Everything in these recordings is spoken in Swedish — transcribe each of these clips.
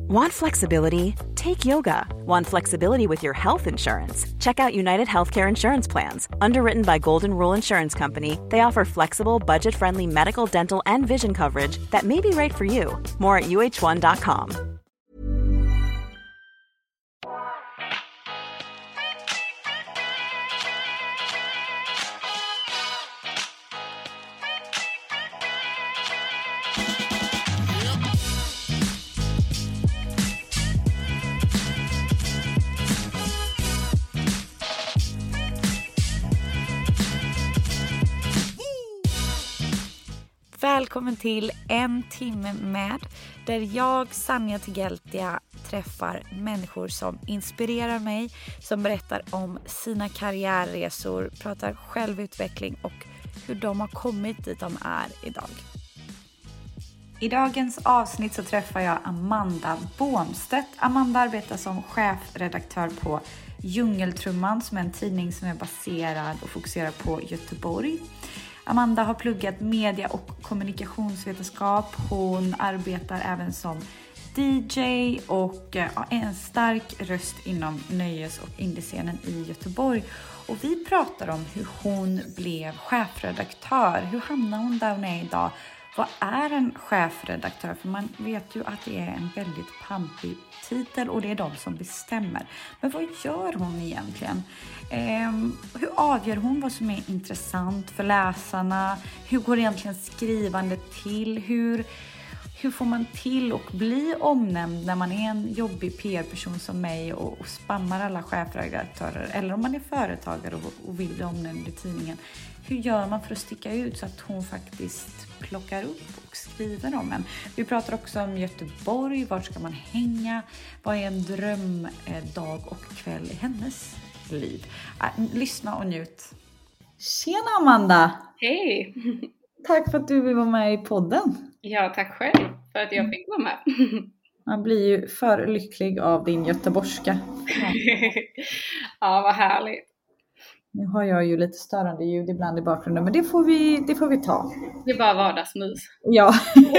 Want flexibility? Take yoga. Want flexibility with your health insurance? Check out United Healthcare Insurance Plans. Underwritten by Golden Rule Insurance Company, they offer flexible, budget-friendly medical, dental, and vision coverage that may be right for you. More at uh1.com. Välkommen till En timme med, där jag, Sanja Tigeltia, träffar människor som inspirerar mig, som berättar om sina karriärresor, pratar självutveckling och hur de har kommit dit de är idag. I dagens avsnitt så träffar jag Amanda Båmstedt. Amanda arbetar som chefredaktör på Djungeltrumman, som är en tidning som är baserad och fokuserar på Göteborg. Amanda har pluggat media- och kommunikationsvetenskap. Hon arbetar även som DJ och är en stark röst inom nöjes- och indiescenen i Göteborg. Och vi pratar om hur hon blev chefredaktör. Hur hamnade hon där hon är idag? Vad är en chefredaktör? För man vet ju att det är en väldigt pampig titel och det är de som bestämmer. Men vad gör hon egentligen? Hur avgör hon vad som är intressant för läsarna? Hur går egentligen skrivandet till? Hur får man till och bli omnämnd när man är en jobbig PR-person som mig och spammar alla chefredaktörer? Eller om man är företagare och vill bli omnämnd i tidningen. Hur gör man för att sticka ut så att hon faktiskt plockar upp och skriver om en? Vi pratar också om Göteborg. Var ska man hänga? Vad är en drömdag och kväll i hennes liv? Lyssna och njut. Tjena Amanda! Hej! Tack för att du vill vara med i podden. Ja, tack själv för att jag fick vara med. Man blir ju för lycklig av din göteborgska. Ja, vad härligt. Nu har jag ju lite störande ljud ibland i bakgrunden, men det får vi ta. Det är bara vardagsmys. Ja.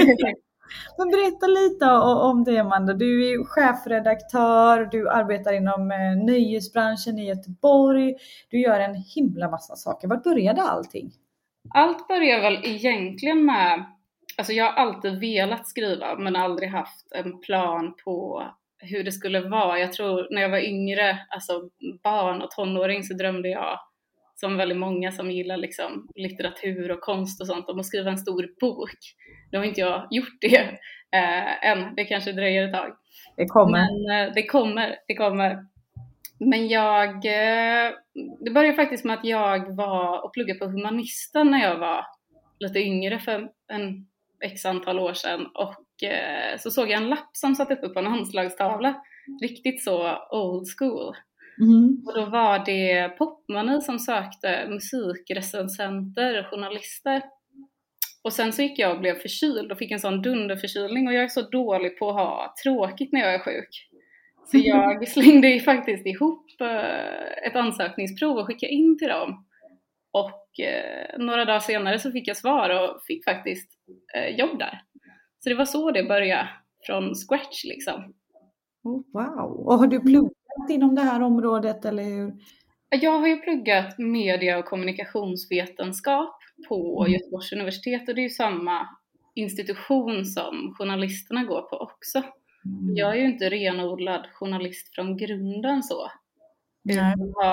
Men berätta lite om det, Amanda. Du är chefredaktör, du arbetar inom nöjesbranschen i Göteborg. Du gör en himla massa saker. Var började allting? Allt börjar väl egentligen med, alltså jag har alltid velat skriva men aldrig haft en plan på hur det skulle vara. Jag tror när jag var yngre, alltså barn och tonåring, så drömde jag, som väldigt många som gillar liksom litteratur och konst och sånt, om att skriva en stor bok. Nu har inte jag gjort det än, det kanske dröjer ett tag. Det kommer. Men det kommer. Men det började faktiskt med att jag var och pluggade på Humanisten när jag var lite yngre för en x antal år sedan. Och så såg jag en lapp som satt uppe på en anslagstavla. Riktigt så old school. Mm. Och då var det Popmoney som sökte musikrecensenter och journalister. Och sen så gick jag och blev förkyld och fick en sån dunderförkylning. Och jag är så dålig på att ha tråkigt när jag är sjuk. Så jag slängde ju faktiskt ihop ett ansökningsprov och skickade in till dem. Och några dagar senare så fick jag svar och fick faktiskt jobb där. Så det var så det började, från scratch liksom. Oh, wow! Och har du pluggat inom det här området eller hur? Jag har ju pluggat media- och kommunikationsvetenskap på Göteborgs universitet. Och det är ju samma institution som journalisterna går på också. Jag är ju inte renodlad journalist från grunden så. Jag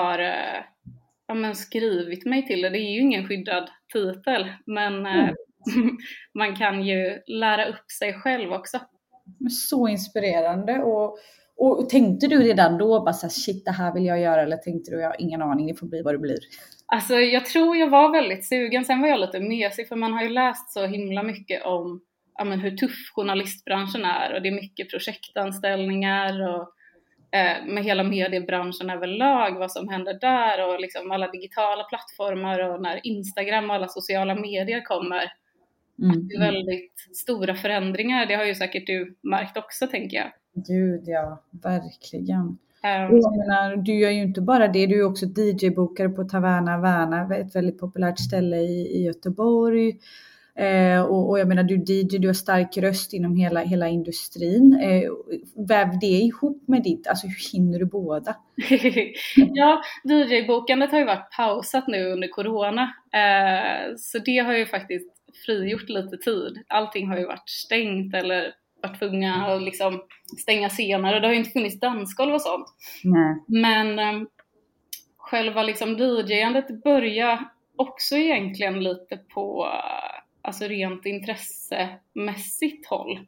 har skrivit mig till det. Det är ju ingen skyddad titel. Men man kan ju lära upp sig själv också. Så inspirerande. Och tänkte du redan då bara så shit, det här vill jag göra? Eller tänkte du, jag har ingen aning, det får bli vad det blir? Alltså jag tror jag var väldigt sugen. Sen var jag lite mesig, för man har ju läst så himla mycket om hur tuff journalistbranschen är. Och det är mycket projektanställningar och med hela mediebranschen överlag, vad som händer där och liksom alla digitala plattformar och när Instagram och alla sociala medier kommer. Det är väldigt stora förändringar. Det har ju säkert du märkt också, tänker jag. Gud, ja, verkligen. Jag menar, du gör ju inte bara det, du är också DJ-bokare på Taverna Värna, ett väldigt populärt ställe i Göteborg. Och jag menar, du DJ, du har stark röst inom hela industrin. Väv det ihop med ditt, alltså hur hinner du båda? Ja, DJ-bokandet har ju varit pausat nu under corona. Så det har ju faktiskt frigjort lite tid. Allting har ju varit stängt eller varit tvungna att liksom stänga senare. Det har ju inte funnits dansgolv och sånt. Nej. Men själva liksom DJ-andet börjar också egentligen lite på alltså rent intressemässigt håll.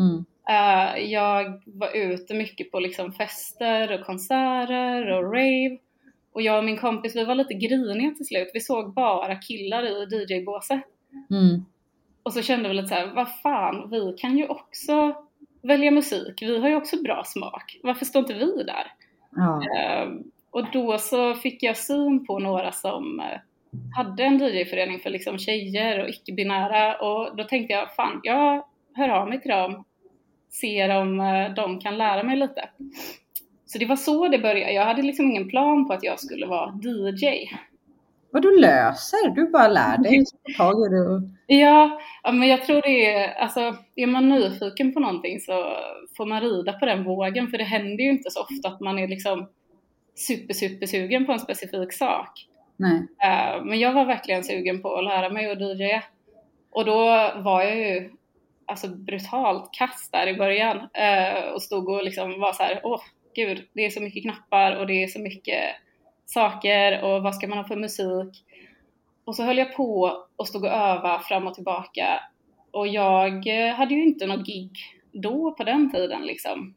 Jag var ute mycket på liksom fester och konserter och rave. Och jag och min kompis, vi var lite griniga till slut. Vi såg bara killar i DJ-båset. Och så kände vi lite så här, vad fan, vi kan ju också välja musik. Vi har ju också bra smak. Varför står inte vi där? Ja. Och då så fick jag syn på några som hade en DJ-förening för liksom tjejer och icke-binära. Och då tänkte jag, fan, jag hör av mig till dem. Ser om de kan lära mig lite. Så det var så det började. Jag hade liksom ingen plan på att jag skulle vara DJ. Vad du löser, du bara lär dig. Tag i det. Ja, men jag tror det är, alltså är man nyfiken på någonting så får man rida på den vågen. För det händer ju inte så ofta att man är liksom super sugen på en specifik sak. Nej. Men jag var verkligen sugen på att lära mig att DJa. Och då var jag ju alltså brutalt kass där i början. Och stod och liksom var så här, åh gud, det är så mycket knappar och det är så mycket saker och vad ska man ha för musik. Och så höll jag på och stod och öva fram och tillbaka. Och jag hade ju inte något gig då på den tiden liksom.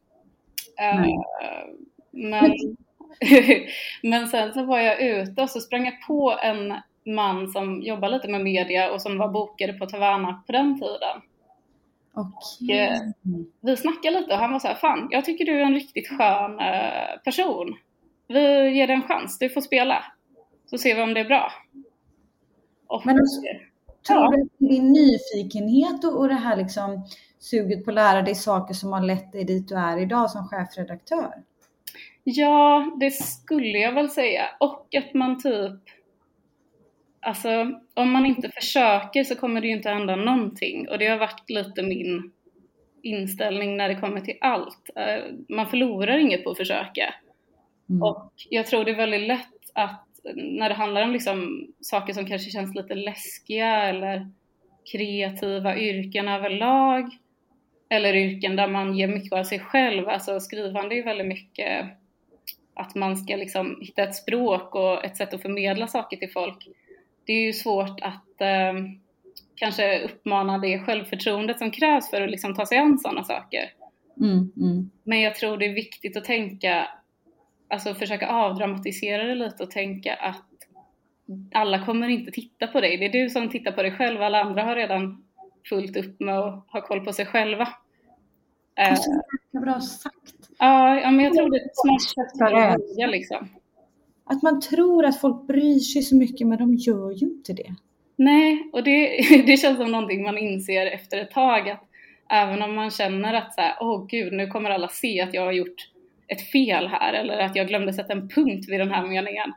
Men sen så var jag ute och så sprang jag på en man som jobbar lite med media och som var bokade på Taverna på den tiden. Okay. Vi snackade lite och han var så här, fan, jag tycker du är en riktigt skön person. Vi ger dig en chans, du får spela. Så ser vi om det är bra. Och men också, tror du att din nyfikenhet och det här liksom suget på att lära dig saker som har lett dig dit du är idag som chefredaktör? Ja, det skulle jag väl säga. Och att man typ, alltså om man inte försöker så kommer det ju inte hända någonting. Och det har varit lite min inställning när det kommer till allt. Man förlorar inget på att försöka. Och jag tror det är väldigt lätt att när det handlar om liksom saker som kanske känns lite läskiga eller kreativa yrken överlag, eller yrken där man ger mycket av sig själv, alltså skrivande är ju väldigt mycket att man ska liksom hitta ett språk och ett sätt att förmedla saker till folk. Det är ju svårt att kanske uppmana det självförtroendet som krävs för att liksom ta sig an sådana saker. Men jag tror det är viktigt att tänka, alltså försöka avdramatisera det lite och tänka att alla kommer inte titta på dig. Det är du som tittar på dig själv. Alla andra har redan fullt upp med att ha koll på sig själva. Så bra sagt. Ja, men jag tror det är ett smart sätt att börja liksom. Att man tror att folk bryr sig så mycket, men de gör ju inte det. Nej, och det känns som någonting man inser efter ett tag. Att även om man känner att så här, åh gud, nu kommer alla se att jag har gjort ett fel här. Eller att jag glömde sätta en punkt vid den här meningen.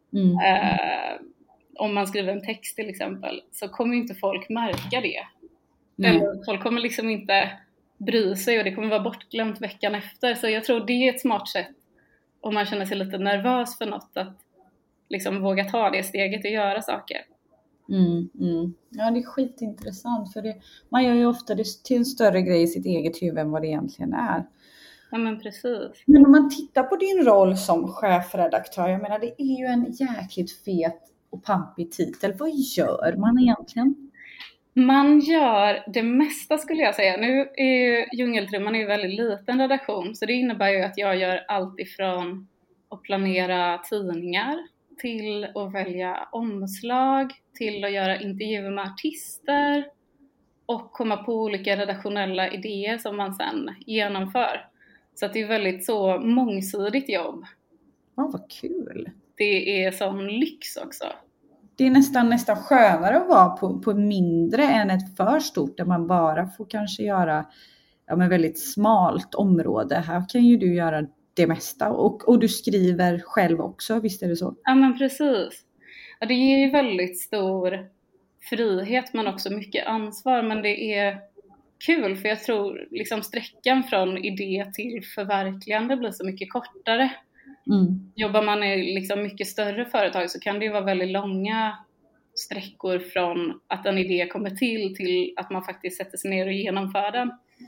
Om man skriver en text till exempel, så kommer ju inte folk märka det. Eller folk kommer liksom inte bry sig och det kommer vara bortglömt veckan efter. Så jag tror det är ett smart sätt om man känner sig lite nervös för något, att liksom våga ta det steget och göra saker. Ja, det är skitintressant, för man gör ju ofta det till en större grej i sitt eget huvud än vad det egentligen är. Ja, men precis. Men om man tittar på din roll som chefredaktör, jag menar det är ju en jäkligt fet och pampig titel. Vad gör man egentligen? Man gör det mesta skulle jag säga. Nu är ju Djungeltrumman en väldigt liten redaktion, så det innebär ju att jag gör allt ifrån att planera tidningar till att välja omslag, till att göra intervjuer med artister och komma på olika redaktionella idéer som man sedan genomför. Så att det är väldigt så mångsidigt jobb. Vad kul! Det är sån lyx också. Det är nästan skönare att vara på mindre än ett för stort, där man bara får kanske göra väldigt smalt område. Här kan ju du göra det mesta och du skriver själv också, visst är det så? Ja, men precis. Ja, det ger ju väldigt stor frihet men också mycket ansvar. Men det är kul för jag tror liksom sträckan från idé till förverkligande blir så mycket kortare. Jobbar man i liksom mycket större företag så kan det ju vara väldigt långa sträckor från att en idé kommer till att man faktiskt sätter sig ner och genomför den.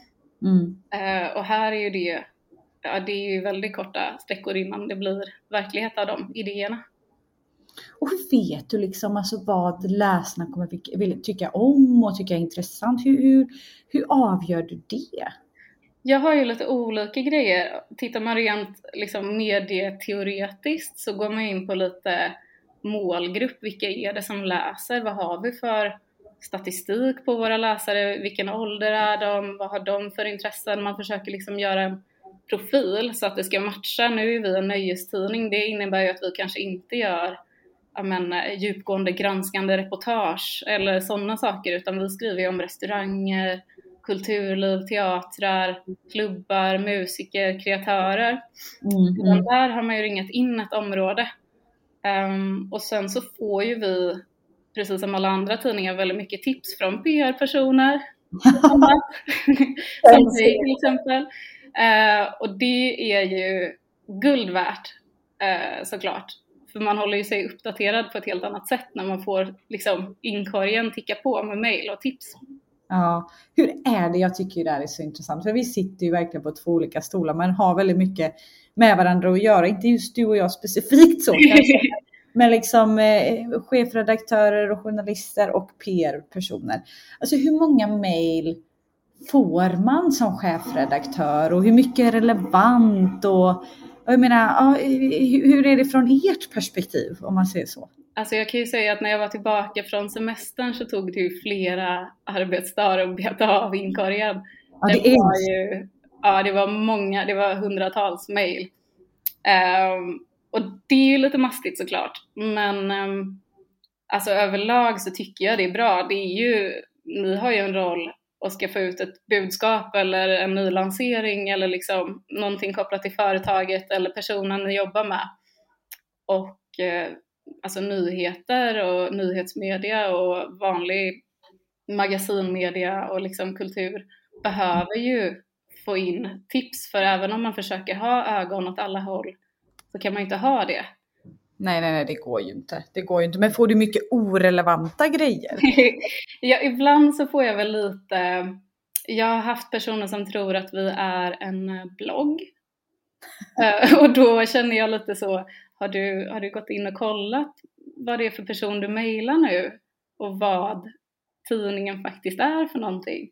Och här är ju det är ju väldigt korta sträckor innan det blir verklighet av de idéerna. Och hur vet du liksom alltså vad läsarna kommer vilja tycka om och tycka är intressant? Hur avgör du det? Jag har ju lite olika grejer. Tittar man rent liksom medieteoretiskt så går man in på lite målgrupp. Vilka är det som läser? Vad har vi för statistik på våra läsare? Vilken ålder är de? Vad har de för intressen? Man försöker liksom göra en profil så att det ska matcha. Nu är vi en nöjestidning. Det innebär ju att vi kanske inte gör djupgående granskande reportage eller sådana saker, utan vi skriver om restauranger, kulturliv, teatrar, klubbar, musiker, kreatörer. Där har man ju ringat in ett område. Och sen så får ju vi, precis som alla andra tidningar, väldigt mycket tips från PR-personer. Som dig till exempel. Och det är ju guld värt, såklart. För man håller ju sig uppdaterad på ett helt annat sätt när man får liksom inkorgen ticka på med mejl och tips. Ja, hur är det? Jag tycker ju det här är så intressant. För vi sitter ju verkligen på 2 olika stolar. Man har väldigt mycket med varandra att göra. Inte just du och jag specifikt så kanske. Men liksom chefredaktörer och journalister och PR-personer. Alltså hur många mejl får man som chefredaktör? Och hur mycket är relevant? Och jag menar, hur är det från ert perspektiv om man säger så? Alltså jag kan ju säga att när jag var tillbaka från semestern så tog det ju flera arbetsdagar att beta av inkorgen. Det var många, det var hundratals mejl. Och det är ju lite mastigt såklart. Men alltså överlag så tycker jag det är bra. Det är ju, ni har ju en roll och ska få ut ett budskap eller en ny lansering eller liksom någonting kopplat till företaget eller personen ni jobbar med. Och alltså nyheter och nyhetsmedia och vanlig magasinmedia och liksom kultur behöver ju få in tips, för även om man försöker ha ögon åt alla håll så kan man inte ha det. Nej, det går ju inte. Det går ju inte. Men får du mycket orelevanta grejer? Ja, ibland så får jag väl lite... Jag har haft personer som tror att vi är en blogg. Och då känner jag lite så... Har du gått in och kollat vad det är för person du mejlar nu? Och vad tidningen faktiskt är för någonting?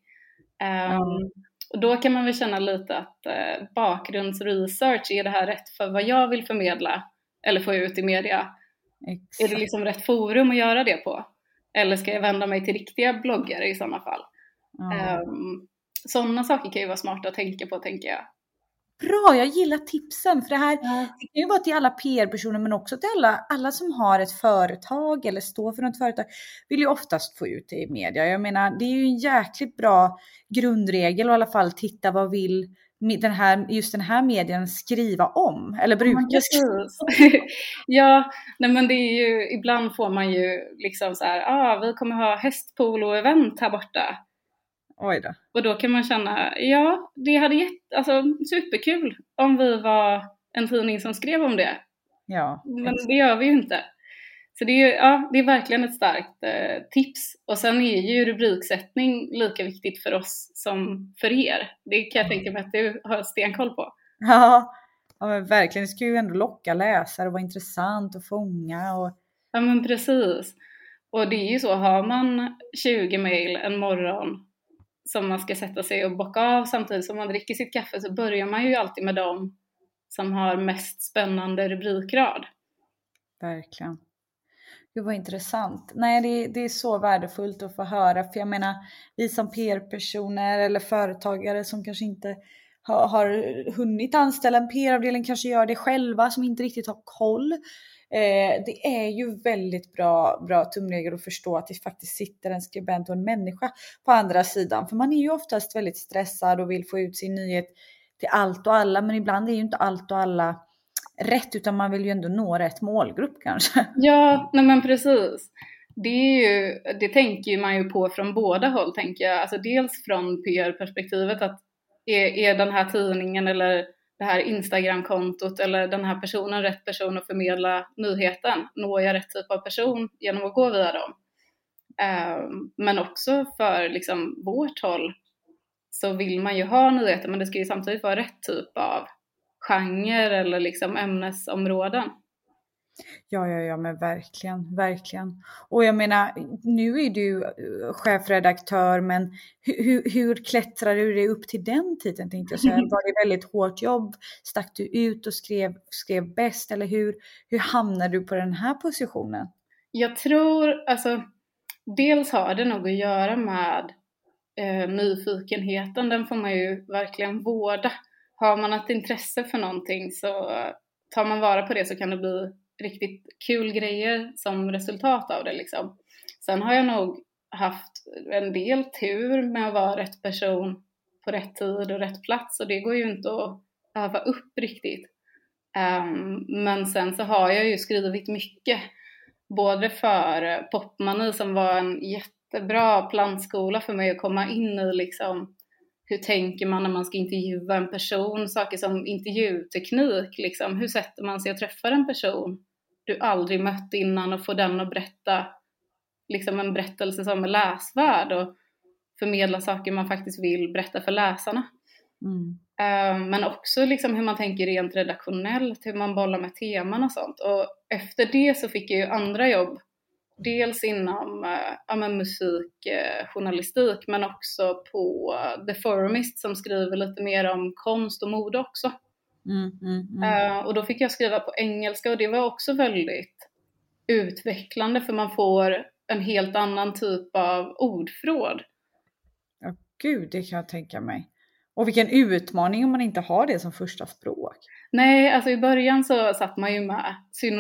Och då kan man väl känna lite att bakgrundsresearch, är det här rätt för vad jag vill förmedla? Eller få ut i media. Exakt. Är det liksom rätt forum att göra det på? Eller ska jag vända mig till riktiga bloggare i sådana fall? Sådana saker kan ju vara smarta att tänka på, tänker jag. Bra, jag gillar tipsen. För det här det kan ju vara till alla PR-personer men också till alla som har ett företag eller står för något företag. Vill ju oftast få ut det i media. Jag menar, det är ju en jäkligt bra grundregel och i alla fall titta vad vill just den här medien skriva om eller brukar skriva. Ja, nej men det är ju, ibland får man ju liksom så här, vi kommer ha hästpolo-event här borta. Oj då. Och då kan man känna, ja, det hade superkul om vi var en tidning som skrev om det. Ja. Men det gör vi ju inte. Så det är verkligen ett starkt tips. Och sen är ju rubriksättning lika viktigt för oss som för er. Det kan jag tänka mig att du har stenkoll på. Ja, men verkligen. Det ska ju ändå locka läsare och vara intressant och fånga. Ja, men precis. Och det är ju så, har man 20 mejl en morgon som man ska sätta sig och bocka av samtidigt som man dricker sitt kaffe, så börjar man ju alltid med dem som har mest spännande rubrikrad. Verkligen. Det var intressant. Nej, det är så värdefullt att få höra. För jag menar, vi som PR-personer eller företagare som kanske inte har hunnit anställa en PR-avdelning, kanske gör det själva, som inte riktigt har koll. Det är ju väldigt bra tumregel att förstå att det faktiskt sitter en skribent och en människa på andra sidan. För man är ju oftast väldigt stressad och vill få ut sin nyhet till allt och alla. Men ibland är ju inte allt och alla rätt, utan man vill ju ändå nå rätt målgrupp kanske. Ja, nej men precis. det tänker man ju på från båda håll, tänker jag. Alltså dels från PR-perspektivet, att är den här tidningen eller det här Instagram-kontot eller den här personen rätt person att förmedla nyheten? Når jag rätt typ av person genom att gå via dem? Men också för liksom vårt håll så vill man ju ha nyheter, men det ska ju samtidigt vara rätt typ av genre eller liksom ämnesområden. Ja, men verkligen. Och jag menar, nu är du chefredaktör, men hur klättrade du dig upp till den titeln, tänkte jag säga? Var det väldigt hårt jobb? Stack du ut och skrev bäst? Eller hur hamnade du på den här positionen? Jag tror, alltså, dels har det nog att göra med nyfikenheten. Den får man ju verkligen vårda. Har man ett intresse för någonting så tar man vara på det, så kan det bli riktigt kul grejer som resultat av det liksom. Sen har jag nog haft en del tur med att vara rätt person på rätt tid och rätt plats, och det går ju inte att öva upp riktigt. Men sen så har jag ju skrivit mycket, både för Popmoney som var en jättebra plantskola för mig att komma in i liksom, hur tänker man när man ska intervjua en person, saker som intervjuteknik liksom, hur sätter man sig och träffar en person du aldrig mött innan och får den att berätta liksom en berättelse som är läsvärd och förmedla saker man faktiskt vill berätta för läsarna. Men också liksom hur man tänker rent redaktionellt, hur man bollar med teman och sånt. Och efter det så fick jag ju andra jobb, dels inom musikjournalistik, men också på The Forumist som skriver lite mer om konst och mode också. Och då fick jag skriva på engelska, och det var också väldigt utvecklande, för man får en helt annan typ av ordförråd. Ja, gud, det kan jag tänka mig. Och vilken utmaning om man inte har det som första språk. Nej, alltså i början så satt man ju med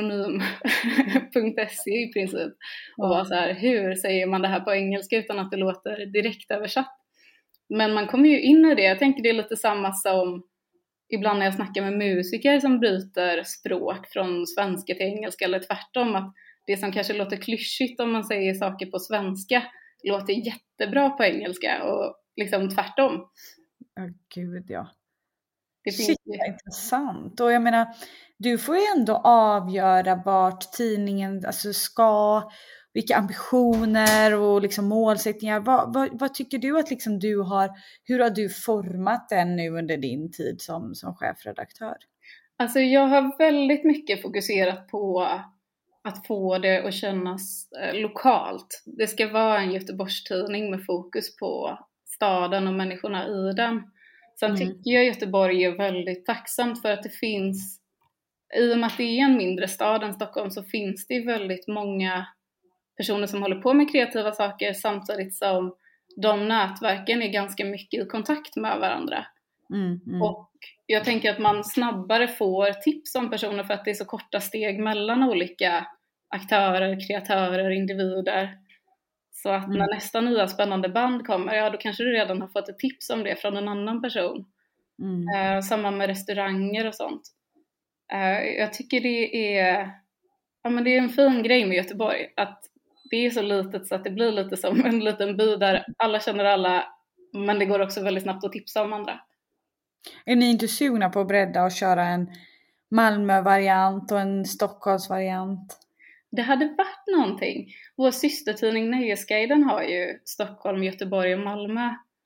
synonym.se i princip. Och var så här, hur säger man det här på engelska utan att det låter direkt översatt? Men man kommer ju in i det. Jag tänker det är lite samma som ibland när jag snackar med musiker som bryter språk från svenska till engelska eller tvärtom. Att det som kanske låter klyschigt om man säger saker på svenska låter jättebra på engelska och liksom tvärtom. Ja, gud ja. Det finns intressant. Och jag menar, du får ju ändå avgöra vart tidningen alltså ska, vilka ambitioner och liksom målsättningar. Vad tycker du att liksom hur har du format den nu under din tid som chefredaktör? Alltså jag har väldigt mycket fokuserat på att få det att kännas lokalt. Det ska vara en Göteborgstidning med fokus på staden och människorna i den. Sen tycker jag Göteborg är väldigt tacksamt för att det finns, i och med att det är en mindre stad än Stockholm, så finns det väldigt många personer som håller på med kreativa saker, samtidigt som de nätverken är ganska mycket i kontakt med varandra. Och jag tänker att man snabbare får tips om personer för att det är så korta steg mellan olika aktörer, kreatörer, individer. Så att när nästa nya spännande band kommer, ja då kanske du redan har fått ett tips om det från en annan person. Samma med restauranger och sånt. Jag tycker det är en fin grej med Göteborg. Att det är så litet så att det blir lite som en liten by där alla känner alla. Men det går också väldigt snabbt att tipsa om andra. Är ni inte sugna på att bredda och köra en Malmö-variant och en Stockholms-variant? Det hade varit någonting. Vår systertidning Nöjesguiden har ju Stockholm, Göteborg och Malmö.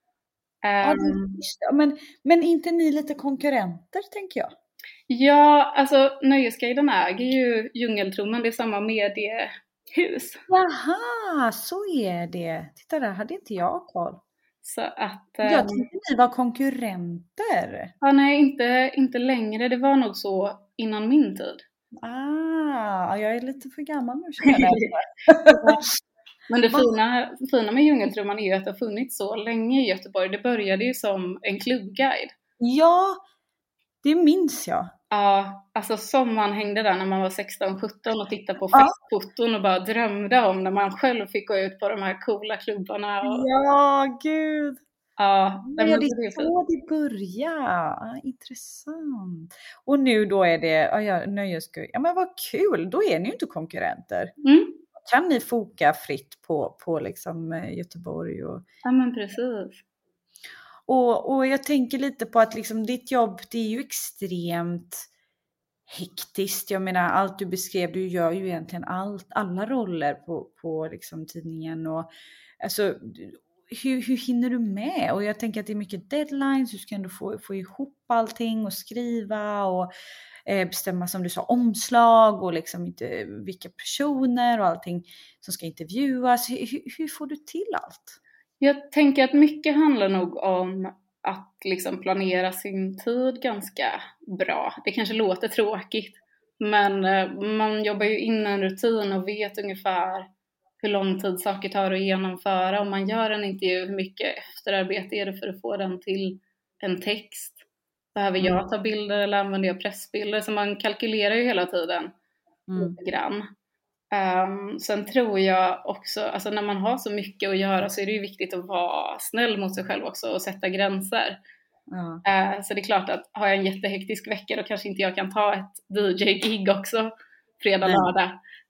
Men inte ni lite konkurrenter, tänker jag? Ja, alltså Nöjesguiden äger ju Djungeltrumman, det är samma mediehus. Jaha, så är det. Titta där, hade inte jag koll. Så att, jag tänkte ni var konkurrenter. Ja, nej, inte längre. Det var nog så innan min tid. Jag är lite för gammal nu. Men det fina med Djungeltrumman är ju att det har funnits så länge i Göteborg. Det började ju som en klubbguide. Ja, det minns jag. Ja, alltså som man hängde där när man var 16-17 och tittade på festfoton och bara drömde om när man själv fick gå ut på de här coola klubbarna. Ja, gud. Ja, det är så det börjar. Intressant. Och nu då är det nöjesguide. Ja, men vad kul. Då är ni ju inte konkurrenter. kan ni foka fritt på liksom Göteborg. Ja, men precis. Och jag tänker lite på att liksom ditt jobb, det är ju extremt hektiskt. Jag menar, allt du beskrev, du gör ju egentligen alla roller på liksom tidningen. Och alltså, hur hinner du med? Och jag tänker att det är mycket deadlines. Hur ska du få ihop allting och skriva och bestämma, som du sa, omslag och liksom inte vilka personer och allting som ska intervjuas. Hur får du till allt? Jag tänker att mycket handlar nog om att liksom planera sin tid ganska bra. Det kanske låter tråkigt, men man jobbar ju in en rutin och vet ungefär hur lång tid saker tar att genomföra. Om man gör en intervju, hur mycket efterarbete är det för att få den till en text? Behöver jag ta bilder eller använder jag pressbilder? Så man kalkylerar ju hela tiden lite grann. Sen tror jag också, alltså när man har så mycket att göra så är det ju viktigt att vara snäll mot sig själv också och sätta gränser. Så det är klart att har jag en jättehektisk vecka, då kanske inte jag kan ta ett DJ-gig också fredag, lördag.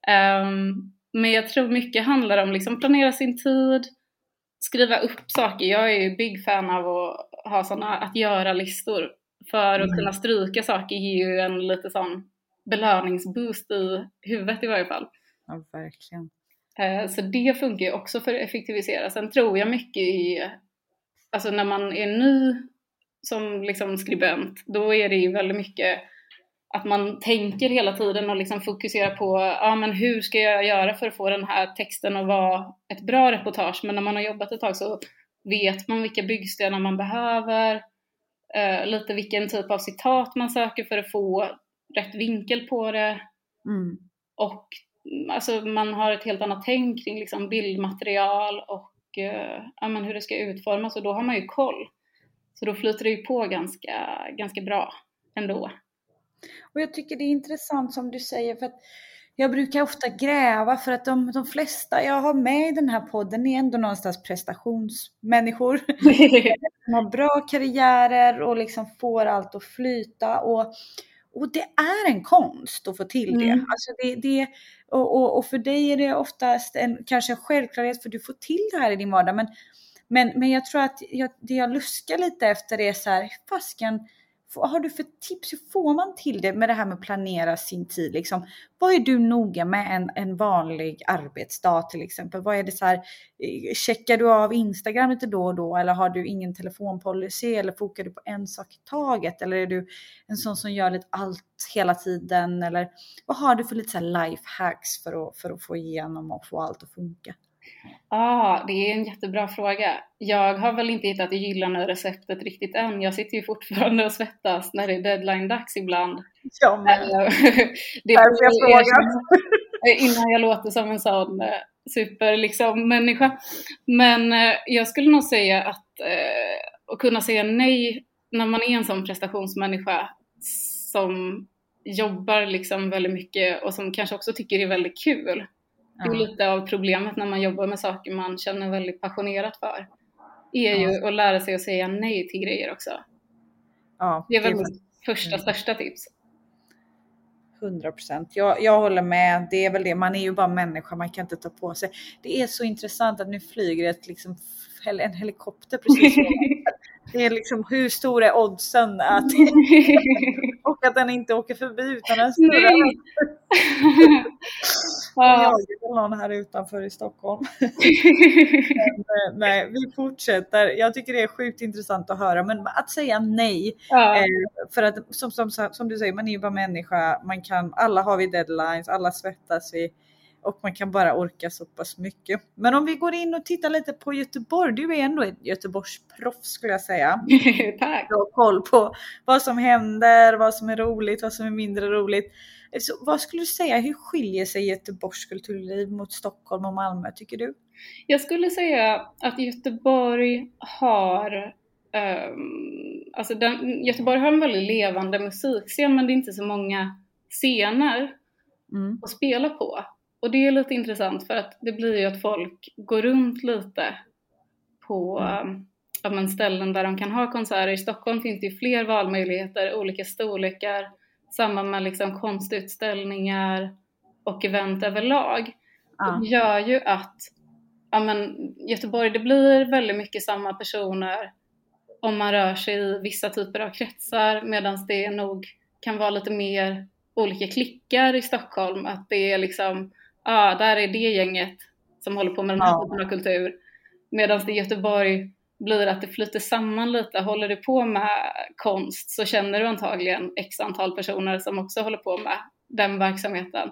Men jag tror mycket handlar om liksom planera sin tid, skriva upp saker. Jag är ju big fan av att ha sådana att göra-listor. För att kunna stryka saker ger ju en lite sån belöningsboost i huvudet i varje fall. Ja, verkligen. Så det funkar ju också för att effektivisera. Sen tror jag mycket i, alltså när man är ny som liksom skribent, då är det ju väldigt mycket att man tänker hela tiden och liksom fokuserar på men hur ska jag göra för att få den här texten att vara ett bra reportage. Men när man har jobbat ett tag så vet man vilka byggstenar man behöver, lite vilken typ av citat man söker för att få rätt vinkel på det. Och alltså man har ett helt annat tänk kring liksom bildmaterial och men hur det ska utformas, och då har man ju koll. Så då flyter det ju på ganska bra ändå. Och jag tycker det är intressant som du säger, för att jag brukar ofta gräva för att de flesta jag har med i den här podden är ändå någonstans prestationsmänniskor. De har bra karriärer och liksom får allt att flyta, och det är en konst att få till det. Alltså och för dig är det oftast kanske en självklarhet, för du får till det här i din vardag. Men jag tror att det jag luskar lite efter är så här, vad har du för tips? Hur får man till det med det här med att planera sin tid? Liksom, vad är du noga med en vanlig arbetsdag till exempel? Vad är det så här, checkar du av Instagram lite då och då? Eller har du ingen telefonpolicy? Eller fokar du på en sak i taget? Eller är du en sån som gör lite allt hela tiden? Eller vad har du för lite så här life hacks för att få igenom och få allt att funka? Det är en jättebra fråga. Jag har väl inte hittat det gyllene receptet riktigt än. Jag sitter ju fortfarande och svettas när det är deadline-dags ibland. Ja, men det är innan jag låter som en sån super liksom människa. Men jag skulle nog säga att kunna säga nej när man är en sån prestationsmänniska som jobbar liksom väldigt mycket och som kanske också tycker det är väldigt kul. Det är lite av problemet när man jobbar med saker man känner väldigt passionerat för. Är ju att lära sig att säga nej till grejer också. Ja, det är väl mitt första största tips. 100%. Jag håller med. Det är väl det. Man är ju bara människa. Man kan inte ta på sig. Det är så intressant att nu flyger en helikopter precis så. Det är liksom, hur stor är oddsen och att den inte åker förbi utan en snurrar. Jag jagar någon här utanför i Stockholm. Nej, vi fortsätter. Jag tycker det är sjukt intressant att höra. Men att säga nej. För att som du säger, man är ju bara människa. Alla har vi deadlines. Alla svettas vi. Och man kan bara orka så pass mycket. Men om vi går in och tittar lite på Göteborg. Du är ändå ett Göteborgsproffs skulle jag säga. Tack. Du har koll på vad som händer, vad som är roligt, vad som är mindre roligt. Så vad skulle du säga, hur skiljer sig Göteborgs kulturliv mot Stockholm och Malmö tycker du? Jag skulle säga att Göteborg har... Göteborg har en väldigt levande musikscen, men det är inte så många scener att spela på. Och det är lite intressant för att det blir ju att folk går runt lite på ställen där de kan ha konserter. I Stockholm finns det ju fler valmöjligheter, olika storlekar, samma med liksom konstutställningar och event överlag. Det gör ju att Göteborg, det blir väldigt mycket samma personer om man rör sig i vissa typer av kretsar, medan det nog kan vara lite mer olika klickar i Stockholm, att det är liksom, där är det gänget som håller på med den här typen av kultur, medan det i Göteborg blir att det flyter samman lite. Håller du på med konst så känner du antagligen x antal personer som också håller på med den verksamheten.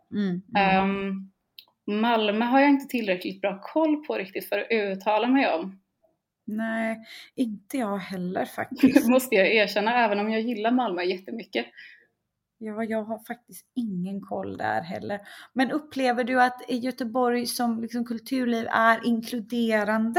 Malmö har jag inte tillräckligt bra koll på riktigt för att uttala mig om. Nej, inte jag heller faktiskt. Måste jag erkänna, även om jag gillar Malmö jättemycket. Ja, jag har faktiskt ingen koll där heller. Men upplever du att Göteborg som liksom kulturliv är inkluderande?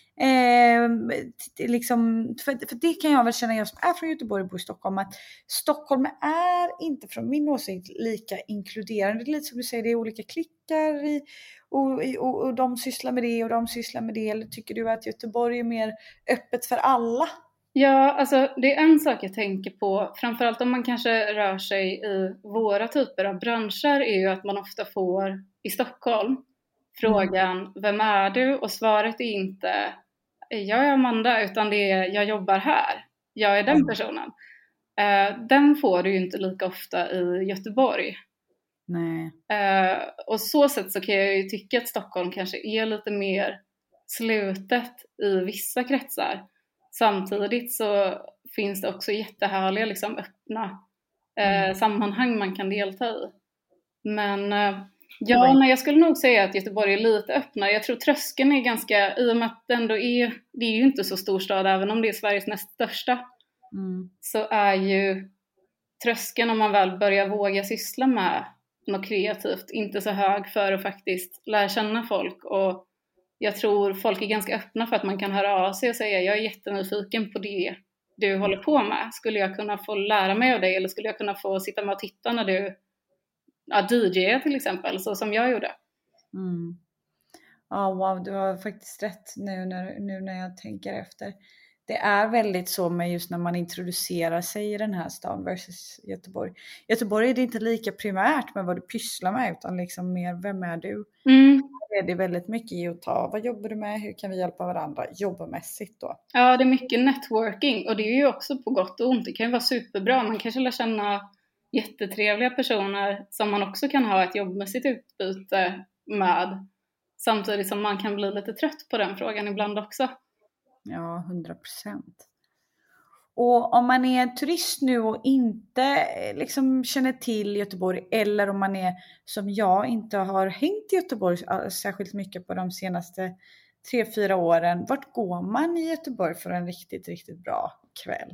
För det kan jag väl känna, jag som är från Göteborg och bor i Stockholm, att Stockholm är inte från min åsikt lika inkluderande. Det är lite som du säger, det är olika klickar och de sysslar med det och de sysslar med det. Eller tycker du att Göteborg är mer öppet för alla? Ja, alltså det är en sak jag tänker på, framförallt om man kanske rör sig i våra typer av branscher, är ju att man ofta får i Stockholm frågan, vem är du? Och svaret är inte, jag är Amanda, utan det är, jag jobbar här, jag är den personen. Den får du ju inte lika ofta i Göteborg. Nej. Och så sätt så kan jag ju tycka att Stockholm kanske är lite mer slutet i vissa kretsar. Samtidigt så finns det också jättehärliga liksom öppna sammanhang man kan delta i. Men jag skulle nog säga att Göteborg är lite öppnare. Jag tror tröskeln är ganska, i och med att det ändå det är ju inte så stor stad, även om det är Sveriges näst största. Så är ju tröskeln, om man väl börjar våga syssla med något kreativt, inte så hög för att faktiskt lära känna folk. Och jag tror folk är ganska öppna för att man kan höra av sig och säga, jag är jättenyfiken på det du håller på med. Skulle jag kunna få lära mig av dig, eller skulle jag kunna få sitta med och titta när du DJ till exempel, så som jag gjorde. Wow, du har faktiskt rätt nu när jag tänker efter. Det är väldigt så med just när man introducerar sig i den här stan versus Göteborg. Göteborg är det inte lika primärt med vad du pysslar med, utan liksom mer, vem är du? Det är väldigt mycket i att ta, vad jobbar du med? Hur kan vi hjälpa varandra jobbarmässigt då? Ja, det är mycket networking, och det är ju också på gott och ont. Det kan ju vara superbra. Man kanske lär känna jättetrevliga personer som man också kan ha ett jobbmässigt utbyte med. Samtidigt som man kan bli lite trött på den frågan ibland också. Ja, 100%. Och om man är turist nu och inte liksom känner till Göteborg, eller om man är som jag, inte har hängt i Göteborg särskilt mycket på de senaste 3-4 åren. Vart går man i Göteborg för en riktigt, riktigt bra kväll?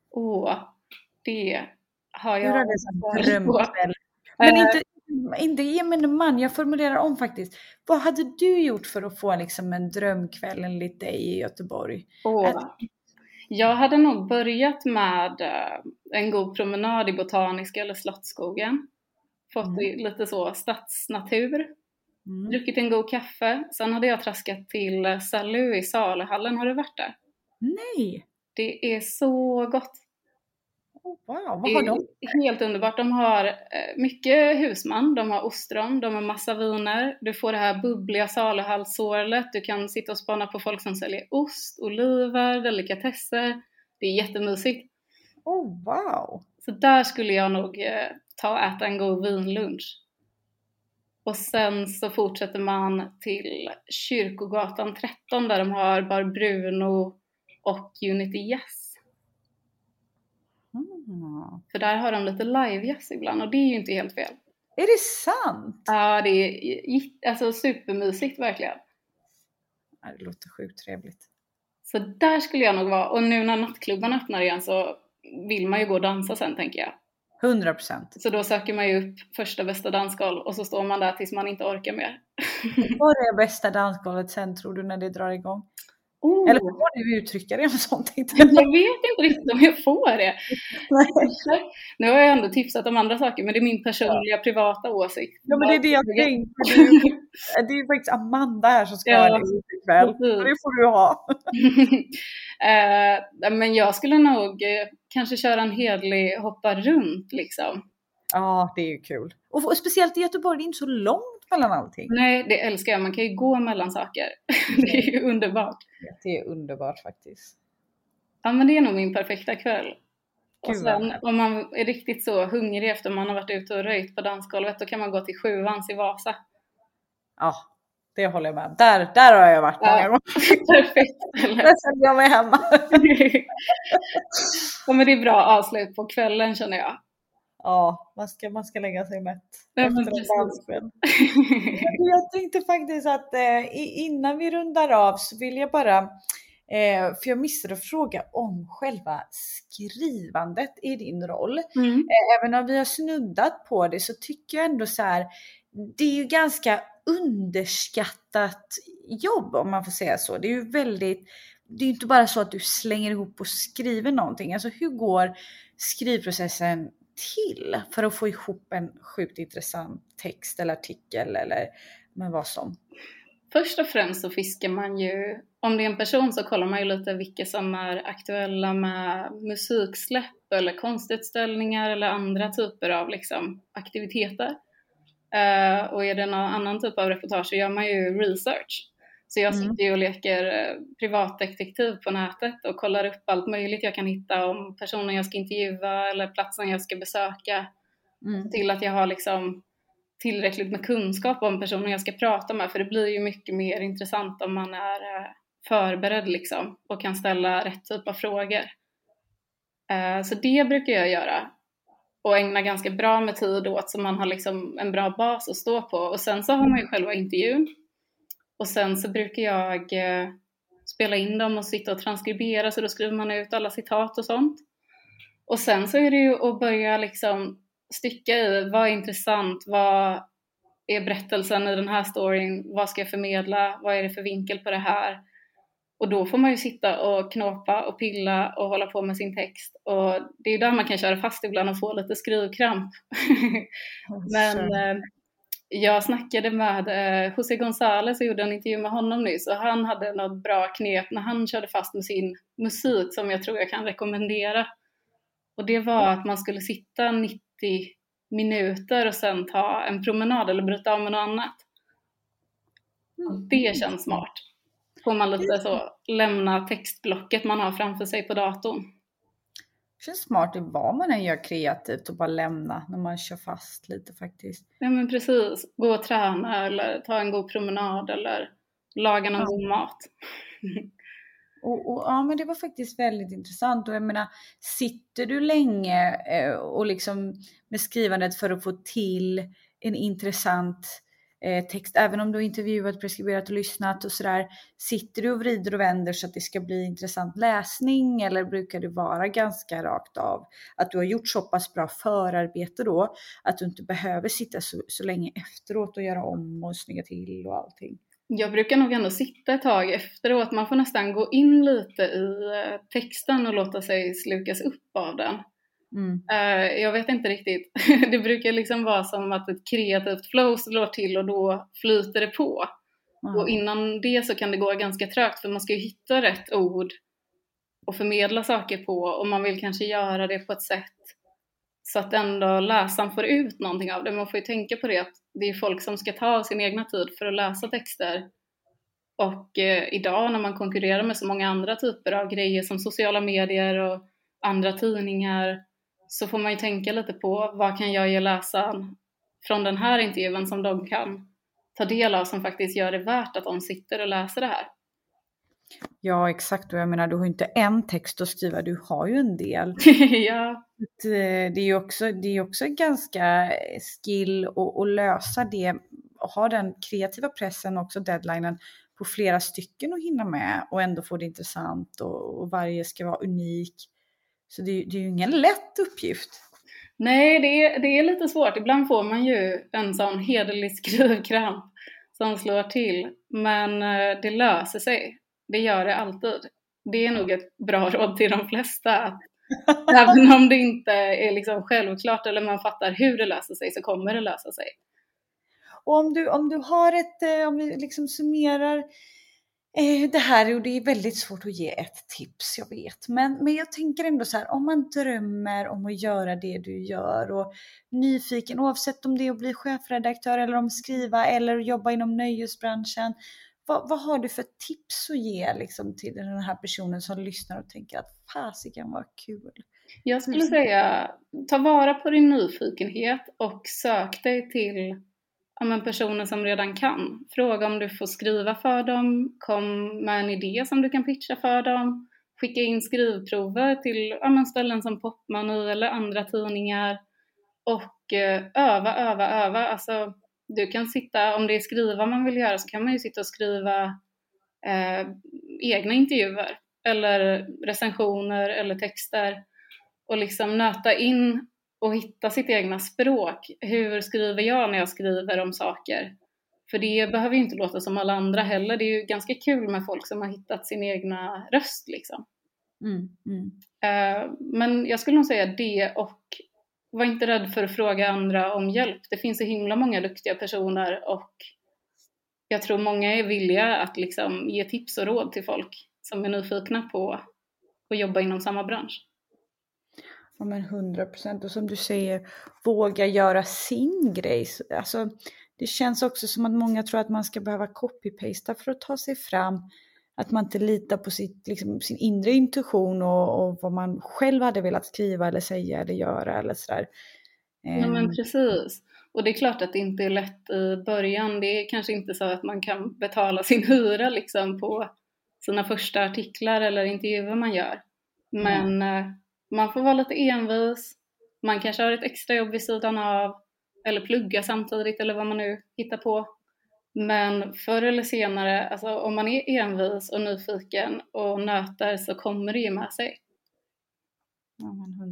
Det har jag. Hur är det som drömkväll? Men inte gemene man, jag formulerar om faktiskt. Vad hade du gjort för att få liksom en drömkväll enligt dig i Göteborg? Jag hade nog börjat med en god promenad i Botaniska eller Slottsskogen. Fått lite så stadsnatur. Druckit en god kaffe. Sen hade jag traskat till Salu i Saluhallen. Har du varit där? Nej. Det är så gott. Wow, vad har de? Helt underbart. De har mycket husman, de har ostron, de har massa viner. Du får det här bubbliga saluhallssorlet. Du kan sitta och spana på folk som säljer ost, oliver, delikatesser. Det är jättemysigt. Wow. Så där skulle jag nog äta en god vinlunch. Och sen så fortsätter man till Kyrkogatan 13 där de har Bar Bruno och Unity Yes. För där har de lite live-jazz ibland, och det är ju inte helt fel. Är det sant? Ja, det är alltså supermysigt verkligen. Ja, det låter sjukt trevligt. Så där skulle jag nog vara. Och nu när nattklubban öppnar igen så vill man ju gå och dansa sen, tänker jag. 100%. Så då söker man ju upp första bästa dansgolv och så står man där tills man inte orkar mer. Vad är bästa dansgolvet sen, tror du, när det drar igång? Eller får du uttrycka det om sånt? Jag vet inte riktigt om jag får det. Nu har jag ändå tipsat om andra saker, men det är min personliga privata åsikt. Ja, men det är det jag tänkte. Det är faktiskt Amanda här som ska ha det ikväll. Det får du ha. Men jag skulle nog kanske köra en hedlig hoppa runt liksom. Ja, det är ju kul. Och speciellt i Göteborg, det är inte så långt mellan allting. Nej, det älskar jag. Man kan ju gå mellan saker. Det är ju underbart. Det är underbart faktiskt. Ja, men det är nog min perfekta kväll. Gud, Och sen om man är riktigt så hungrig efter man har varit ute och röjt på dansgolvet, då kan man gå till 7:ans i Vasa. Ja, det håller jag med. Där har jag varit många gånger. Perfekt. Där känner jag mig hemma. Ja, men det är bra avslut på kvällen, känner jag. Ja, man ska lägga sig mätt Ja, efter en danskväll. Jag tänkte faktiskt att innan vi rundar av så vill jag bara, för jag missade att fråga om själva skrivandet i din roll. Även om vi har snuddat på det så tycker jag ändå så här, det är ju ganska underskattat jobb, om man får säga så. Det är ju det är inte bara så att du slänger ihop och skriver någonting. Alltså hur går skrivprocessen till för att få ihop en sjukt intressant text eller artikel eller med vad som? Först och främst så fiskar man ju, om det är en person så kollar man ju lite vilka som är aktuella med musiksläpp eller konstutställningar eller andra typer av liksom aktiviteter. Och är det någon annan typ av reportage så gör man ju research. Så jag sitter ju och leker privatdetektiv på nätet och kollar upp allt möjligt jag kan hitta om personen jag ska intervjua eller platsen jag ska besöka. Till att jag har liksom tillräckligt med kunskap om personen jag ska prata med, för det blir ju mycket mer intressant om man är förberedd liksom och kan ställa rätt typ av frågor. Så det brukar jag göra och ägna ganska bra med tid åt, så man har liksom en bra bas att stå på. Och sen så har man ju själva intervjun. Och sen så brukar jag spela in dem och sitta och transkribera, så då skriver man ut alla citat och sånt. Och sen så är det ju att börja liksom stycka i vad är intressant, vad är berättelsen i den här storyn, vad ska jag förmedla, vad är det för vinkel på det här. Och då får man ju sitta och knåpa och pilla och hålla på med sin text. Och det är ju där man kan köra fast ibland och få lite skrivkramp. Men jag snackade med José González och gjorde en intervju med honom nyss. Och han hade något bra knep när han körde fast med sin musik som jag tror jag kan rekommendera. Och det var att man skulle sitta 90 minuter och sen ta en promenad eller bryta av med något annat. Det känns smart. Får man lite så lämna textblocket man har framför sig på datorn. Det känns smart i vad man än gör kreativt och bara lämna när man kör fast lite faktiskt. Ja men precis, gå och träna eller ta en god promenad eller laga någon god mat. Och ja, men det var faktiskt väldigt intressant. Och jag menar, sitter du länge och liksom med skrivandet för att få till en intressant text, även om du har intervjuat, preskriberat och lyssnat och sådär, sitter du och vrider och vänder så att det ska bli intressant läsning, eller brukar det vara ganska rakt av att du har gjort så pass bra förarbete då att du inte behöver sitta så länge efteråt och göra om och snygga till och allting? Jag brukar nog ändå sitta ett tag efteråt. Man får nästan gå in lite i texten och låta sig slukas upp av den. Jag vet inte riktigt. Det brukar liksom vara som att ett kreativt flow slår till och då flyter det på. Och innan det så kan det gå ganska trögt, för man ska ju hitta rätt ord och förmedla saker på. Och man vill kanske göra det på ett sätt så att ändå läsaren får ut någonting av det. Man får ju tänka på det, att det är folk som ska ta sin egna tid för att läsa texter. Och idag när man konkurrerar med så många andra typer av grejer som sociala medier och andra tidningar, så får man ju tänka lite på vad kan jag ge läsaren från den här intervjun som de kan ta del av, som faktiskt gör det värt att de sitter och läser det här. Ja, exakt. Och jag menar, du har inte en text att skriva, du har ju en del. Ja. Det är ju också ganska skill att lösa det och ha den kreativa pressen och också deadlinen på flera stycken att hinna med och ändå få det intressant och varje ska vara unik. Så det är ju ingen lätt uppgift. Nej, det är lite svårt. Ibland får man ju en sån hederlig skrivkramp som slår till. Men det löser sig. Det gör det alltid. Det är nog ett bra råd till de flesta. Att även om det inte är liksom självklart eller man fattar hur det löser sig, så kommer det lösa sig. Och om du har om vi liksom summerar Det här, och det är väldigt svårt att ge ett tips, jag vet. Men jag tänker ändå så här, om man drömmer om att göra det du gör och nyfiken, oavsett om det är att bli chefredaktör eller om skriva eller jobba inom nöjesbranschen. Vad har du för tips att ge liksom, till den här personen som lyssnar och tänker att fasiken var kul? Jag skulle säga, ta vara på din nyfikenhet och sök dig till personer som redan kan. Fråga om du får skriva för dem, kom med en idé som du kan pitcha för dem, skicka in skrivprover till ställen som Popmanu eller andra tidningar och öva. Alltså, du kan sitta, om det är skriva man vill göra, så kan man ju sitta och skriva egna intervjuer eller recensioner eller texter och liksom nöta in och hitta sitt egna språk. Hur skriver jag när jag skriver om saker? För det behöver ju inte låta som alla andra heller. Det är ju ganska kul med folk som har hittat sin egna röst liksom. Men jag skulle nog säga det, och var inte rädd för att fråga andra om hjälp. Det finns så himla många duktiga personer och jag tror många är villiga att liksom ge tips och råd till folk som är nyfikna på att jobba inom samma bransch. Ja, men 100%. Och som du säger, våga göra sin grej. Alltså, det känns också som att många tror att man ska behöva copy-pasta för att ta sig fram. Att man inte litar på sin inre intuition och vad man själv hade velat skriva eller säga eller göra eller sådär. Ja, men precis. Och det är klart att det inte är lätt i början. Det är kanske inte så att man kan betala sin hyra liksom på sina första artiklar eller intervjuer man gör. Men man får vara lite envis. Man kanske har ett extra jobb vid sidan av. Eller plugga samtidigt eller vad man nu hittar på. Men förr eller senare, alltså, om man är envis och nyfiken och nöter, så kommer det ju med sig. Ja, men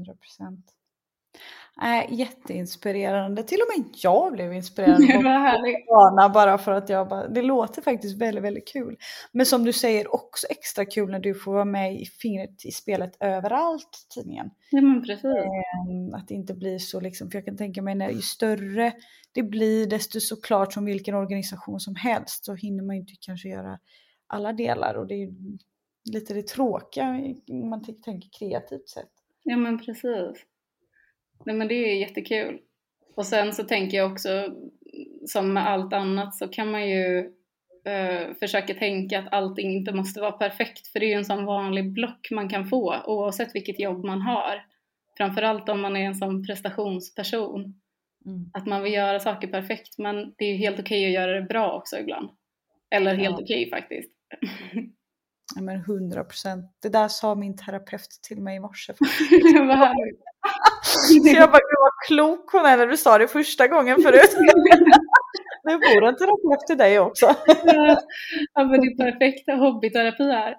100%. Jätteinspirerande. Till och med jag blev inspirerad. Det var härligt. Bara för att det låter faktiskt väldigt, väldigt kul. Men som du säger, också extra kul när du får vara med i fingret i spelet överallt, tidningen. Ja, men precis. Att det inte blir så liksom, för jag kan tänka mig när ju större det blir, desto såklart som vilken organisation som helst, så hinner man ju inte kanske göra alla delar, och det är ju lite det tråkiga om man tänker kreativt sett. Ja, men precis. Nej, men det är jättekul. Och sen så tänker jag också, som med allt annat, så kan man ju försöka tänka att allting inte måste vara perfekt. För det är ju en sån vanlig block man kan få oavsett vilket jobb man har. Framförallt om man är en sån prestationsperson. Att man vill göra saker perfekt, men det är ju helt okej att göra det bra också ibland. Eller helt okej faktiskt. Ja, men 100%. Det där sa min terapeut till mig i morse. Vad härligt. Så jag bara, du var klok hon är när du sa det första gången förut. Nu bor en terapeut till dig också. Ja, men det är perfekta hobbyterapi här.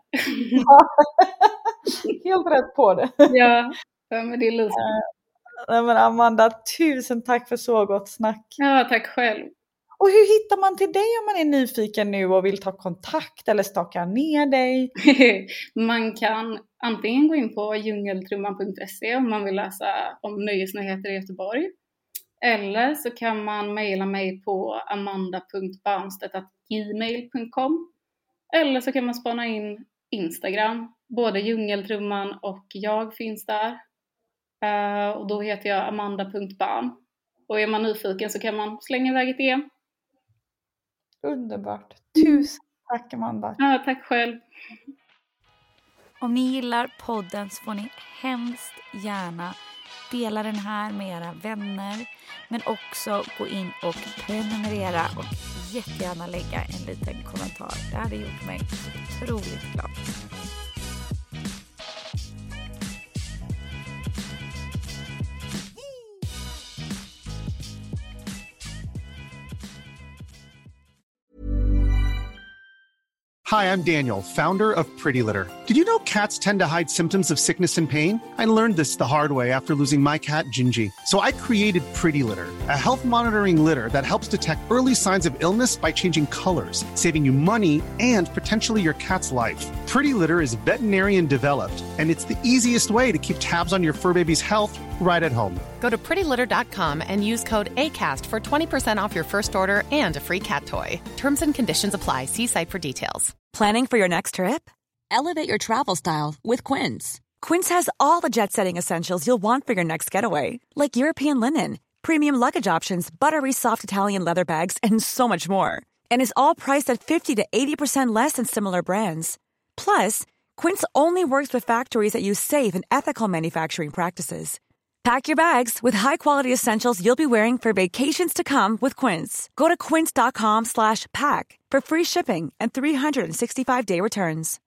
Helt rätt på det. Ja, men det är lustigt. Men Amanda, tusen tack för så gott snack. Ja, tack själv. Och hur hittar man till dig om man är nyfiken nu och vill ta kontakt eller staka ner dig? Man kan antingen gå in på djungeltrumman.se om man vill läsa om nöjesnyheter i Göteborg. Eller så kan man mejla mig på amanda.barnstedt@gmail.com. Eller så kan man spana in Instagram. Både djungeltrumman och jag finns där. Och då heter jag amanda.barn. Och är man nyfiken så kan man slänga iväg ett DM. Underbart. Tusen tack Amanda. Ja, tack själv. Om ni gillar podden så får ni hemskt gärna dela den här med era vänner. Men också gå in och prenumerera och jättegärna lägga en liten kommentar. Det hade gjort mig otroligt glad. Hi, I'm Daniel, founder of Pretty Litter. Did you know cats tend to hide symptoms of sickness and pain? I learned this the hard way after losing my cat, Gingy. So I created Pretty Litter, a health monitoring litter that helps detect early signs of illness by changing colors, saving you money and potentially your cat's life. Pretty Litter is veterinarian developed, and it's the easiest way to keep tabs on your fur baby's health right at home. Go to prettylitter.com and use code ACAST for 20% off your first order and a free cat toy. Terms and conditions apply. See site for details. Planning for your next trip? Elevate your travel style with Quince. Quince has all the jet-setting essentials you'll want for your next getaway, like European linen, premium luggage options, buttery soft Italian leather bags, and so much more. And is all priced at 50 to 80% less than similar brands. Plus, Quince only works with factories that use safe and ethical manufacturing practices. Pack your bags with high-quality essentials you'll be wearing for vacations to come with Quince. Go to quince.com/pack for free shipping and 365-day returns.